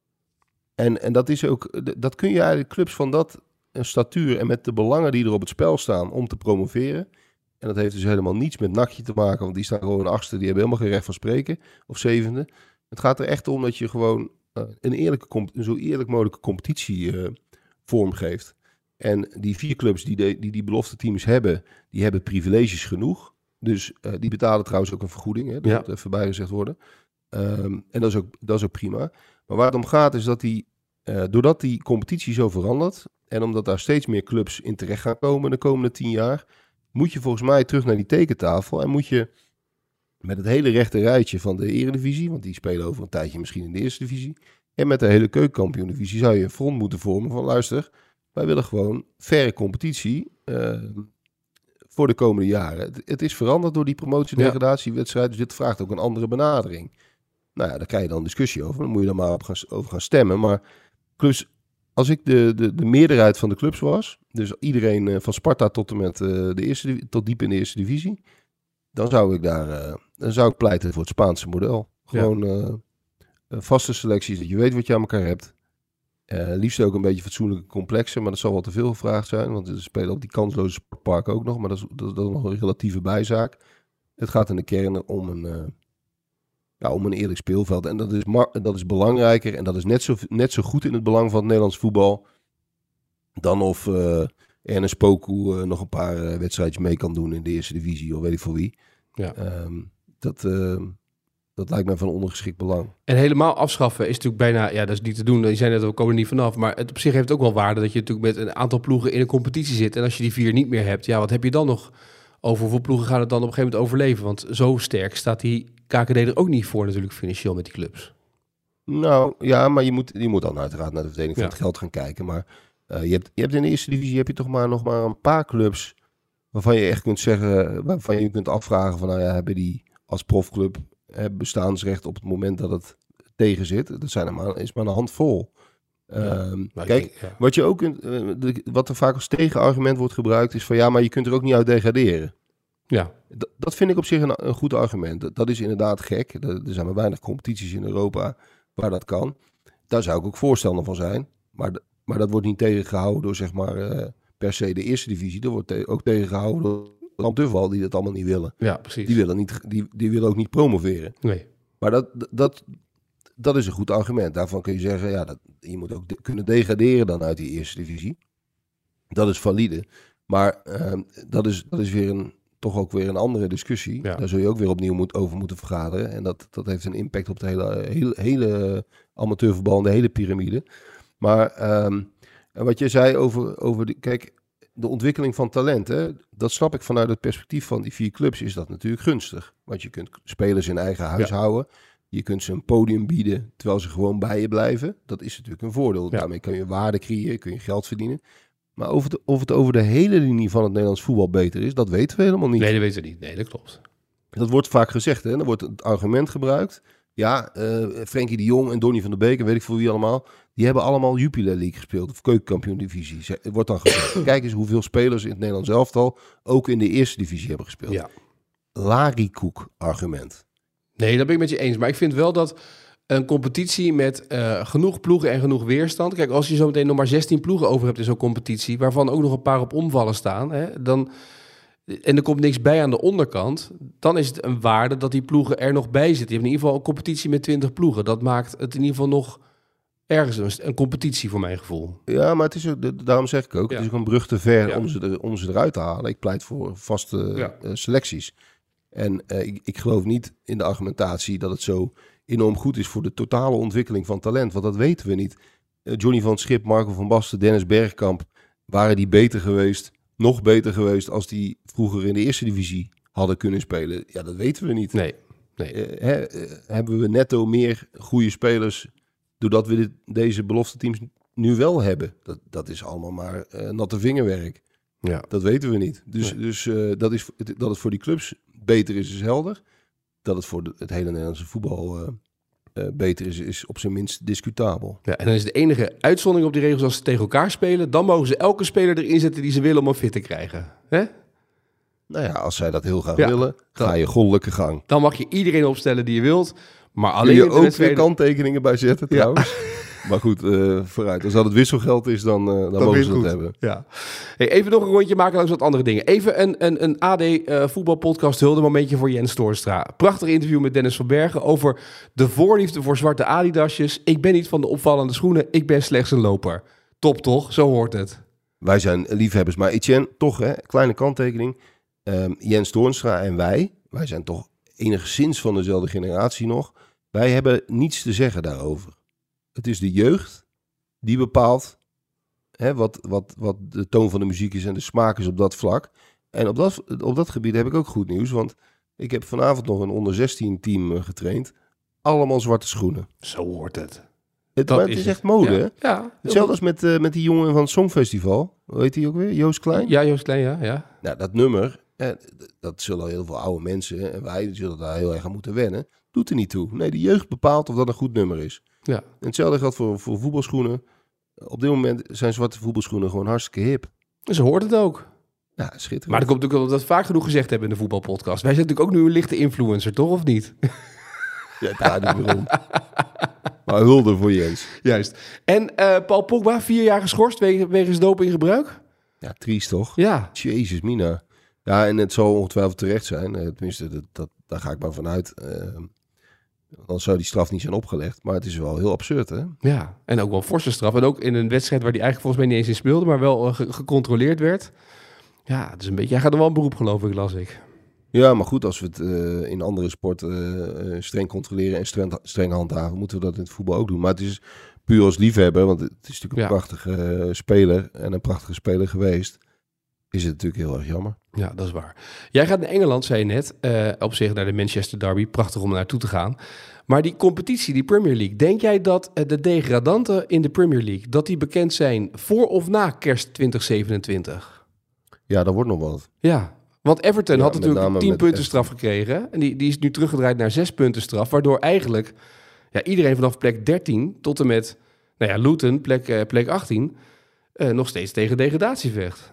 En, en dat is ook, dat kun je eigenlijk clubs van dat statuur en met de belangen die er op het spel staan om te promoveren. En dat heeft dus helemaal niets met N A C te maken, want die staan gewoon achtste, die hebben helemaal geen recht van spreken. Of zevende. Het gaat er echt om dat je gewoon uh, een, eerlijke, een zo eerlijk mogelijke competitie uh, vormgeeft. En die vier clubs die, de, die die belofte teams hebben, die hebben privileges genoeg. Dus uh, die betalen trouwens ook een vergoeding. Hè, dat ja. moet even bijgezegd worden. Um, en dat is, ook, dat is ook prima. Maar waar het om gaat is dat die, uh, doordat die competitie zo verandert en omdat daar steeds meer clubs in terecht gaan komen de komende tien jaar, moet je volgens mij terug naar die tekentafel en moet je met het hele rechte rijtje van de Eredivisie, want die spelen over een tijdje misschien in de Eerste Divisie, en met de hele Keukenkampioen-divisie zou je een front moeten vormen van luister, wij willen gewoon faire competitie uh, voor de komende jaren. Het, het is veranderd door die promotie-degradatiewedstrijd, dus dit vraagt ook een andere benadering. Nou ja, daar krijg je dan discussie over, dan moet je dan maar op gaan, over gaan stemmen, maar clubs, als ik de, de, de meerderheid van de clubs was, dus iedereen uh, van Sparta tot en met uh, de eerste, tot diep in de Eerste Divisie, dan zou ik daar, uh, dan zou ik pleiten voor het Spaanse model. Gewoon ja. uh, vaste selecties, dat je weet wat je aan elkaar hebt. Uh, liefst ook een beetje fatsoenlijke complexen, maar dat zal wel te veel gevraagd zijn, want er spelen op die kansloze sportparken ook nog, maar dat is, dat, dat is nog een relatieve bijzaak. Het gaat in de kern om een, uh, ja, om een eerlijk speelveld en dat is, mar- dat is belangrijker en dat is net zo, net zo goed in het belang van het Nederlands voetbal dan of uh, Ernest Poku uh, nog een paar uh, wedstrijdjes mee kan doen in de Eerste Divisie of weet ik voor wie. Ja. Um, dat, uh, dat lijkt mij van ondergeschikt belang. En helemaal afschaffen is natuurlijk bijna, ja, dat is niet te doen. Je zei net, we komen er niet vanaf. Maar het op zich heeft ook wel waarde dat je natuurlijk met een aantal ploegen in een competitie zit. En als je die vier niet meer hebt, ja, wat heb je dan nog over? Hoeveel ploegen gaan het dan op een gegeven moment overleven? Want zo sterk staat die K K D er ook niet voor natuurlijk financieel met die clubs. Nou, ja, maar je moet, je moet dan uiteraard naar de verdeling van ja. het geld gaan kijken. Maar uh, je, hebt, je hebt in de Eerste Divisie heb je toch maar nog maar een paar clubs waarvan je echt kunt zeggen, waarvan je kunt afvragen van, nou ja, hebben die als profclub hè, bestaansrecht op het moment dat het tegen zit? Dat zijn er maar, is maar een handvol. Ja, um, kijk, denk, ja. wat je ook kunt, uh, de, wat er vaak als tegenargument wordt gebruikt is van, ja, maar je kunt er ook niet uit degraderen. Ja. D- dat vind ik op zich een, een goed argument. Dat, dat is inderdaad gek. Er, er zijn maar weinig competities in Europa waar dat kan. Daar zou ik ook voorstander van zijn. Maar, d- maar dat wordt niet tegengehouden door, zeg maar, uh, per se de Eerste Divisie. Dat wordt te- ook tegengehouden door Randduvel, die dat allemaal niet willen. Ja, precies. Die willen, niet, die, die willen ook niet promoveren. Nee. Maar dat, dat, dat is een goed argument. Daarvan kun je zeggen, ja, dat, je moet ook de, kunnen degraderen dan uit die Eerste Divisie. Dat is valide. Maar uh, dat, is, dat is weer een, toch ook weer een andere discussie. Ja. Daar zul je ook weer opnieuw moet, over moeten vergaderen. En dat, dat heeft een impact op de hele, hele, hele amateurvoetbal en de hele piramide. Maar um, wat je zei over, over de, kijk, de ontwikkeling van talent, hè, dat snap ik vanuit het perspectief van die vier clubs, is dat natuurlijk gunstig. Want je kunt spelers in eigen huis ja. houden. Je kunt ze een podium bieden terwijl ze gewoon bij je blijven. Dat is natuurlijk een voordeel. Ja. Daarmee kun je waarde creëren, kun je geld verdienen. Maar of het, of het over de hele linie van het Nederlands voetbal beter is, dat weten we helemaal niet. Nee, dat weten we niet. Nee, dat klopt. Dat wordt vaak gezegd, hè. Dan wordt het argument gebruikt. Ja, uh, Frenkie de Jong en Donny van der Beek, weet ik voor wie allemaal, die hebben allemaal Jupiler League gespeeld, of Keukenkampioen-divisie. Het wordt dan gezegd, kijk eens hoeveel spelers in het Nederlands elftal ook in de Eerste Divisie hebben gespeeld. Ja. Lariekoek argument. Nee, dat ben ik met je eens. Maar ik vind wel dat een competitie met uh, genoeg ploegen en genoeg weerstand. Kijk, als je zo meteen nog maar zestien ploegen over hebt in zo'n competitie, waarvan ook nog een paar op omvallen staan, hè, dan, en er komt niks bij aan de onderkant, dan is het een waarde dat die ploegen er nog bij zitten. Je hebt in ieder geval een competitie met twintig ploegen. Dat maakt het in ieder geval nog ergens een, een competitie voor mijn gevoel. Ja, maar het is ook, daarom zeg ik ook, ja. het is ook een brug te ver ja. om, ze er, om ze eruit te halen. Ik pleit voor vaste ja. uh, selecties. En uh, ik, ik geloof niet in de argumentatie dat het zo enorm goed is voor de totale ontwikkeling van talent. Want dat weten we niet. Uh, Johnny van Schip, Marco van Basten, Dennis Bergkamp, waren die beter geweest, nog beter geweest als die vroeger in de Eerste Divisie hadden kunnen spelen? Ja, dat weten we niet. Nee. nee. Uh, he, uh, hebben we netto meer goede spelers doordat we dit, deze belofte teams nu wel hebben? Dat, dat is allemaal maar uh, natte vingerwerk. Ja. Dat weten we niet. Dus, nee. dus uh, dat, is, dat het voor die clubs beter is, is helder. Dat het voor de, het hele Nederlandse voetbal uh, uh, beter is, is op zijn minst discutabel. Ja, en dan is de enige uitzondering op die regels als ze tegen elkaar spelen. Dan mogen ze elke speler erin zetten die ze willen om een fit te krijgen. Hè? Nou ja, als zij dat heel graag ja, willen, dan, ga je goddelijke gang. Dan mag je iedereen opstellen die je wilt. Maar alleen kun je ook weer kanttekeningen bij zetten trouwens. Ja. Maar goed, uh, vooruit. Als dat het wisselgeld is, dan, uh, dan dat mogen ze dat hebben. Ja. Hey, even nog een rondje maken langs wat andere dingen. Even een, een, een A D uh, voetbalpodcast hulde momentje voor Jens Toornstra. Prachtig interview met Dennis van Bergen over de voorliefde voor zwarte Adidasjes. Ik ben niet van de opvallende schoenen, ik ben slechts een loper. Top toch? Zo hoort het. Wij zijn liefhebbers. Maar Etienne, toch hè, kleine kanttekening. Um, Jens Toornstra en wij, wij zijn toch enigszins van dezelfde generatie nog. Wij hebben niets te zeggen daarover. Het is de jeugd die bepaalt hè, wat, wat, wat de toon van de muziek is en de smaak is op dat vlak. En op dat, op dat gebied heb ik ook goed nieuws. Want Ik heb vanavond nog een onder zestien team uh, getraind. Allemaal zwarte schoenen. Zo hoort het. Het, Dat maar het is is het. echt mode, Ja. hè? Ja, Hetzelfde als met, uh, met die jongen van het Songfestival. Hoe heet die ook weer? Joost Klein? Ja, Joost Klein, ja. ja. Nou, dat nummer, eh, dat zullen heel veel oude mensen en wij zullen daar heel erg aan moeten wennen. Doet er niet toe. Nee, de jeugd bepaalt of dat een goed nummer is. ja. En hetzelfde geldt voor, voor voetbalschoenen. Op dit moment zijn zwarte voetbalschoenen gewoon hartstikke hip. Ze hoort het ook. Ja, schitterend. Maar dat komt natuurlijk omdat we dat vaak genoeg gezegd hebben in de voetbalpodcast. Wij zijn natuurlijk ook nu een lichte influencer, toch? Of niet? Ja, het gaat niet meer om. Maar hulde voor Jens. Juist. En uh, Paul Pogba, vier jaar geschorst wege- wegens dopinggebruik? Ja, triest toch? Ja. Jezus, Mina. Ja, en het zal ongetwijfeld terecht zijn. Uh, tenminste, dat, dat, daar ga ik maar vanuit. Uh, dan zou die straf niet zijn opgelegd. Maar het is wel heel absurd, hè? Ja, en ook wel een forse straf. En ook in een wedstrijd waar hij eigenlijk volgens mij niet eens in speelde, maar wel uh, ge- gecontroleerd werd. Ja, het is een beetje... Hij gaat er wel een beroep, geloof ik, las ik. Ja, maar goed, als we het uh, in andere sporten uh, streng controleren en streng, streng handhaven, moeten we dat in het voetbal ook doen. Maar het is puur als liefhebber, want het is natuurlijk een Ja. prachtige uh, speler en een prachtige speler geweest. Is het natuurlijk heel erg jammer. Ja, dat is waar. Jij gaat naar Engeland, zei je net. Uh, op zich naar de Manchester Derby. Prachtig om naartoe te gaan. Maar die competitie, die Premier League. Denk jij dat uh, de degradanten in de Premier League, dat die bekend zijn voor of na kerst twintig zevenentwintig? Ja, dat wordt nog wat. Ja, want Everton Ja, had met natuurlijk name tien met punten Everton. straf gekregen. Hè? En die, die is nu teruggedraaid naar zes punten straf. Waardoor eigenlijk ja, iedereen vanaf plek dertien tot en met nou ja, Luton, plek, uh, plek achttien, uh, nog steeds tegen degradatie vecht.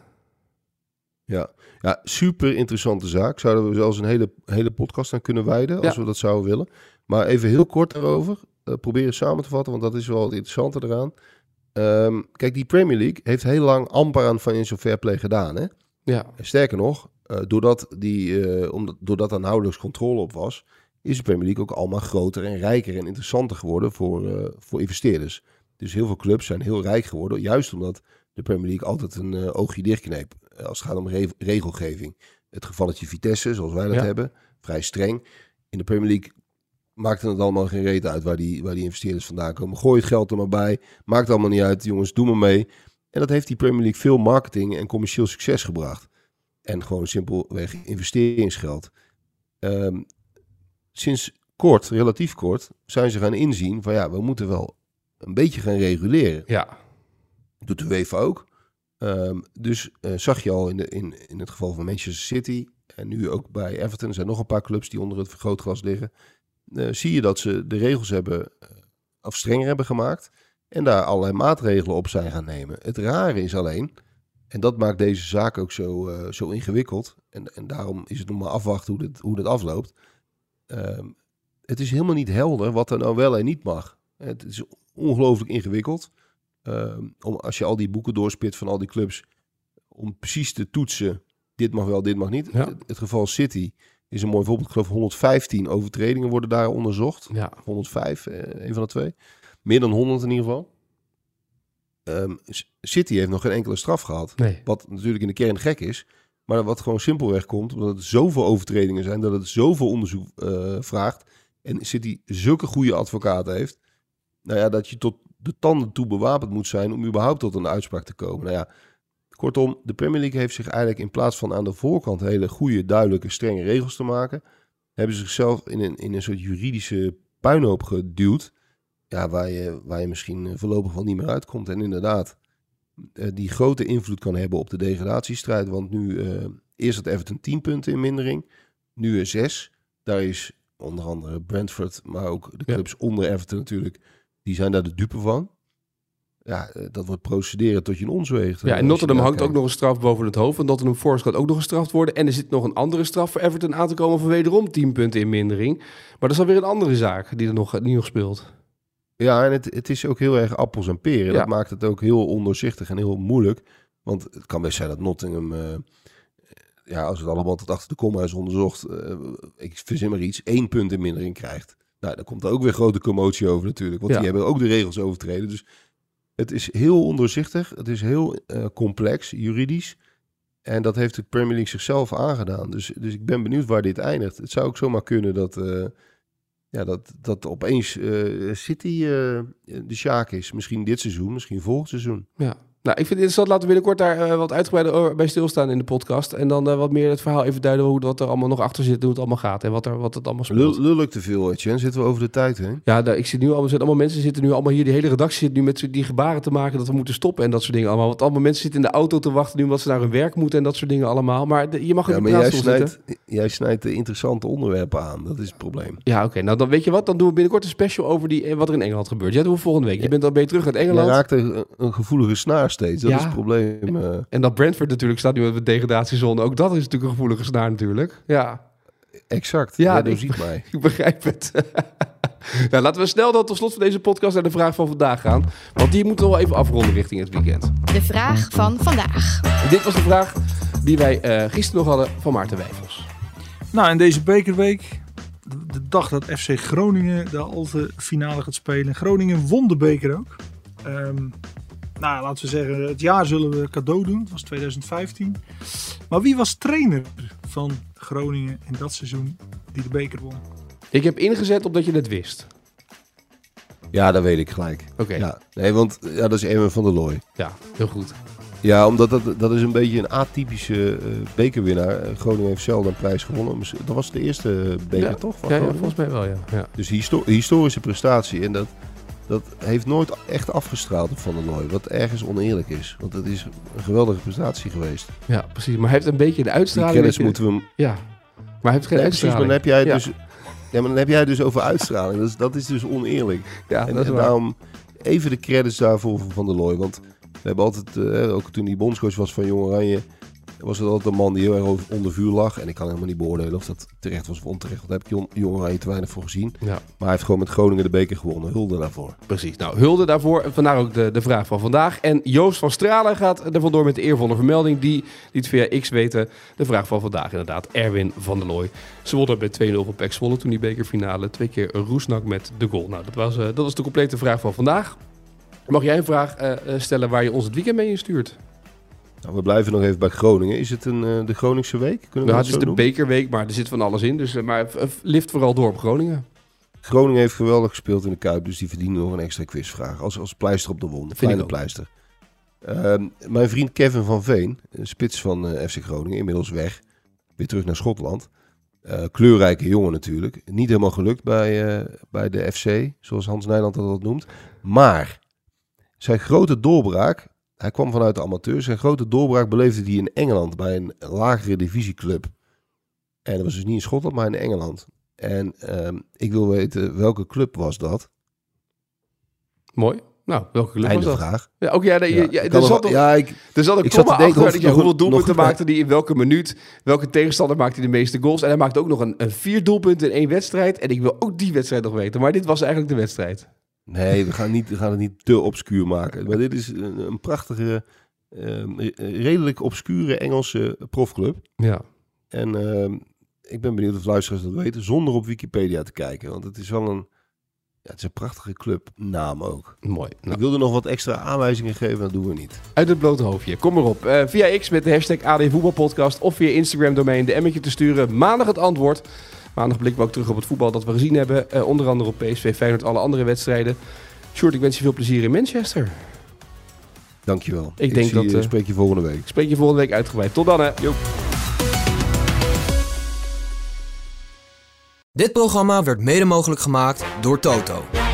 Ja, ja, super interessante zaak. Zouden we zelfs een hele, hele podcast aan kunnen wijden, als Ja. we dat zouden willen. Maar even heel kort daarover. Uh, proberen samen te vatten, want dat is wel het interessante eraan. Um, kijk, die Premier League heeft heel lang amper aan financial fair play gedaan, hè? Ja, Sterker nog, uh, doordat, die, uh, omdat, doordat er nauwelijks controle op was, is de Premier League ook allemaal groter en rijker en interessanter geworden voor, uh, voor investeerders. Dus heel veel clubs zijn heel rijk geworden, juist omdat de Premier League altijd een uh, oogje dichtkneep uh, als het gaat om re- regelgeving. Het gevalletje Vitesse, zoals wij dat Ja. hebben, vrij streng. In de Premier League maakte het allemaal geen reet uit waar die, waar die investeerders vandaan komen. Gooi het geld er maar bij, maakt allemaal niet uit, jongens, doe maar mee. En dat heeft die Premier League veel marketing en commercieel succes gebracht. En gewoon simpelweg investeringsgeld. Um, sinds kort, relatief kort, zijn ze gaan inzien van ja, we moeten wel een beetje gaan reguleren. ja. Doet de UEFA ook. Um, dus uh, zag je al in, de, in, in het geval van Manchester City en nu ook bij Everton, er zijn nog een paar clubs die onder het vergrootglas liggen. Uh, zie je dat ze de regels hebben, uh, of strenger hebben gemaakt en daar allerlei maatregelen op zijn gaan nemen. Het rare is alleen, en dat maakt deze zaak ook zo, uh, zo ingewikkeld, en, en daarom is het nog maar afwachten hoe dit, hoe dit afloopt. Um, het is helemaal niet helder wat er nou wel en niet mag. Het is ongelooflijk ingewikkeld. Um, om, als je al die boeken doorspit van al die clubs, om precies te toetsen, dit mag wel, dit mag niet. Ja. Het, het geval City is een mooi voorbeeld. Ik geloof honderdvijftien overtredingen worden daar onderzocht. ja. honderdvijf, eh, een van de twee. Meer dan honderd in ieder geval. Um, City heeft nog geen enkele straf gehad. Nee. Wat natuurlijk in de kern gek is. Maar wat gewoon simpelweg komt, omdat het zoveel overtredingen zijn, dat het zoveel onderzoek uh, vraagt. En City zulke goede advocaten heeft. Nou ja, dat je tot de tanden toe bewapend moet zijn om überhaupt tot een uitspraak te komen. Nou ja, kortom, de Premier League heeft zich eigenlijk in plaats van aan de voorkant hele goede, duidelijke, strenge regels te maken, hebben ze zichzelf in een, in een soort juridische puinhoop geduwd. Ja, waar je, waar je misschien voorlopig wel niet meer uitkomt. En inderdaad, uh, die grote invloed kan hebben op de degradatiestrijd. Want nu, uh, eerst had Everton tien punten in mindering, nu er zes. Daar is onder andere Brentford, maar ook de clubs ja. onder Everton natuurlijk, die zijn daar de dupe van. Ja, dat wordt procederen tot je een ons weegt. Ja, en Nottingham hangt ook nog een straf boven het hoofd. En Nottingham Forest gaat ook nog gestraft worden. En er zit nog een andere straf voor Everton aan te komen van wederom tien punten in mindering. Maar dat is alweer een andere zaak die er nog, die nog speelt. Ja, en het, het is ook heel erg appels en peren. Ja. Dat maakt het ook heel ondoorzichtig en heel moeilijk. Want het kan best zijn dat Nottingham, uh, ja, als het allemaal tot achter de komma is onderzocht, uh, ik verzin maar iets, één punt in mindering krijgt. Nou, daar komt er ook weer grote commotie over natuurlijk. Want ja. die hebben ook de regels overtreden. Dus het is heel ondoorzichtig. Het is heel uh, complex, juridisch. En dat heeft de Premier League zichzelf aangedaan. Dus, dus ik ben benieuwd waar dit eindigt. Het zou ook zomaar kunnen dat, uh, ja, dat, dat opeens uh, City uh, de sjaak is. Misschien dit seizoen, misschien volgend seizoen. Ja. Nou, ik vind het interessant. Laten we binnenkort daar uh, wat uitgebreider bij stilstaan in de podcast. En dan uh, wat meer het verhaal even duiden hoe wat er allemaal nog achter zit, hoe het allemaal gaat en wat, er, wat het allemaal speelt. Lul ik te veel, Etienne? Zitten we over de tijd heen? Ja, daar, ik zit nu allemaal, allemaal mensen zitten nu allemaal hier, die hele redactie zit nu met die gebaren te maken dat we moeten stoppen en dat soort dingen allemaal. Want allemaal mensen zitten in de auto te wachten nu omdat ze naar hun werk moeten en dat soort dingen allemaal. Maar de, je mag ja, in maar de jij praatstoel snijdt, zitten. jij snijdt de interessante onderwerpen aan. Dat is het probleem. Ja, oké. Okay. Nou, dan weet je wat. Dan doen we binnenkort een special over die, wat er in Engeland gebeurt. Ja, dat doen we volgende week. Je bent dan ben je terug uit Engeland. Je raakt een, een gevoelige snaar steeds. Dat ja. is het probleem. Uh... En dat Brentford natuurlijk staat nu met de degradatiezone. Ook dat is natuurlijk een gevoelige snaar natuurlijk. Ja. Exact. Ja, dat ik, ziet mij. Ik begrijp het. Nou, laten we snel dan tot slot van deze podcast naar de vraag van vandaag gaan. Want die moeten we wel even afronden richting het weekend. De vraag van vandaag. Dit was de vraag die wij uh, gisteren nog hadden van Maarten Wijfels. Nou, in deze bekerweek, de, de dag dat F C Groningen de halve finale gaat spelen. Groningen won de beker ook. Um, nou, laten we zeggen, het jaar zullen we cadeau doen. Dat was twintig vijftien. Maar wie was trainer van Groningen in dat seizoen die de beker won? Ik heb ingezet op dat je het wist. Ja, dat weet ik gelijk. Oké. Okay. Ja, nee, want ja, dat is Erwin van der Looy. Ja, heel goed. Ja, omdat dat, dat is een beetje een atypische uh, bekerwinnaar. Uh, Groningen heeft zelden een prijs gewonnen. Dat was de eerste beker, ja. toch? Van ja, ja, volgens mij wel, ja. ja. Dus histo- historische prestatie. En dat, dat heeft nooit echt afgestraald op Van der Looy. Wat ergens oneerlijk is. Want het is een geweldige prestatie geweest. Ja, precies. Maar hij heeft een beetje de uitstraling. Die kennis moeten we hem... Ja, maar hij heeft geen nee, uitstraling. Precies, maar dan heb jij ja. dus... Ja, maar dan heb jij dus over uitstraling. Dat is, dat is dus oneerlijk. Ja, en, dat is en waar. daarom even de credits daarvoor van Van der Looy. Want we hebben altijd, uh, ook toen hij bondscoach was van Jong Oranje, was het altijd een man die heel erg onder vuur lag. En ik kan helemaal niet beoordelen of dat terecht was of onterecht. Want daar heb ik Jong Oranje te weinig voor gezien. Ja. Maar hij heeft gewoon met Groningen de beker gewonnen. Hulde daarvoor. Precies. Nou, hulde daarvoor. Vandaar ook de, de vraag van vandaag. En Joost van Stralen gaat er vandoor met de eervolle vermelding. Die liet via X weten. De vraag van vandaag inderdaad. Erwin van der Looy. Ze wonnen met twee nul van P E C Zwolle toen die bekerfinale. Twee keer Roesnak met de goal. Nou, dat was, uh, dat was de complete vraag van vandaag. Mag jij een vraag uh, stellen waar je ons het weekend mee instuurt? Nou, we blijven nog even bij Groningen. Is het een, uh, de Groningse week? Kunnen we nou, het het is de noemen? bekerweek, maar er zit van alles in. Dus, uh, maar uh, lift vooral door op Groningen. Groningen heeft geweldig gespeeld in de Kuip. Dus die verdienen nog een extra quizvraag. Als, als pleister op de wond. Een kleine pleister. Uh, mijn vriend Kevin van Veen, spits van uh, F C Groningen, inmiddels weg. Weer terug naar Schotland. Uh, kleurrijke jongen natuurlijk. Niet helemaal gelukt bij, uh, bij de F C, zoals Hans Nijland dat noemt. Maar zijn grote doorbraak, hij kwam vanuit de amateurs, zijn grote doorbraak beleefde hij in Engeland bij een lagere divisieclub. En dat was dus niet in Schotland, maar in Engeland. En um, ik wil weten, welke club was dat? Mooi. Nou, welke club Einde was dat? vraag. Ja, ook, ja, nee, ja, ja, er, nog, zat nog, ja, ik, er zat een ik zat komma te denken achter. of Ja, nog hoeveel een- doelpunten nog een- maakte hij in welke minuut? Welke tegenstander maakte hij de meeste goals? En hij maakte ook nog een, een vier doelpunten in één wedstrijd. En ik wil ook die wedstrijd nog weten. Maar dit was eigenlijk de wedstrijd. Nee, we gaan, niet, we gaan het niet te obscuur maken. Maar dit is een, een prachtige, um, redelijk obscure Engelse profclub. Ja. En um, ik ben benieuwd of luisteraars dat weten, zonder op Wikipedia te kijken. Want het is wel een, ja, het is een prachtige clubnaam ook. Mooi. Nou, Ik wilde nog wat extra aanwijzingen geven, dat doen we niet. uit het blote hoofdje. Kom maar op. Uh, via X met de hashtag A D Voetbalpodcast. Of via Instagram door mij een D M'tje te sturen. Maandag het antwoord. Maandag blikken we ook terug op het voetbal dat we gezien hebben. Uh, onder andere op P S V, Feyenoord, alle andere wedstrijden. Sjoerd, ik wens je veel plezier in Manchester. Dankjewel. Ik denk zie, dat, uh, uh, spreek je volgende week. Ik spreek je volgende week uitgebreid. Tot dan, hè. Yo. Dit programma werd mede mogelijk gemaakt door Toto.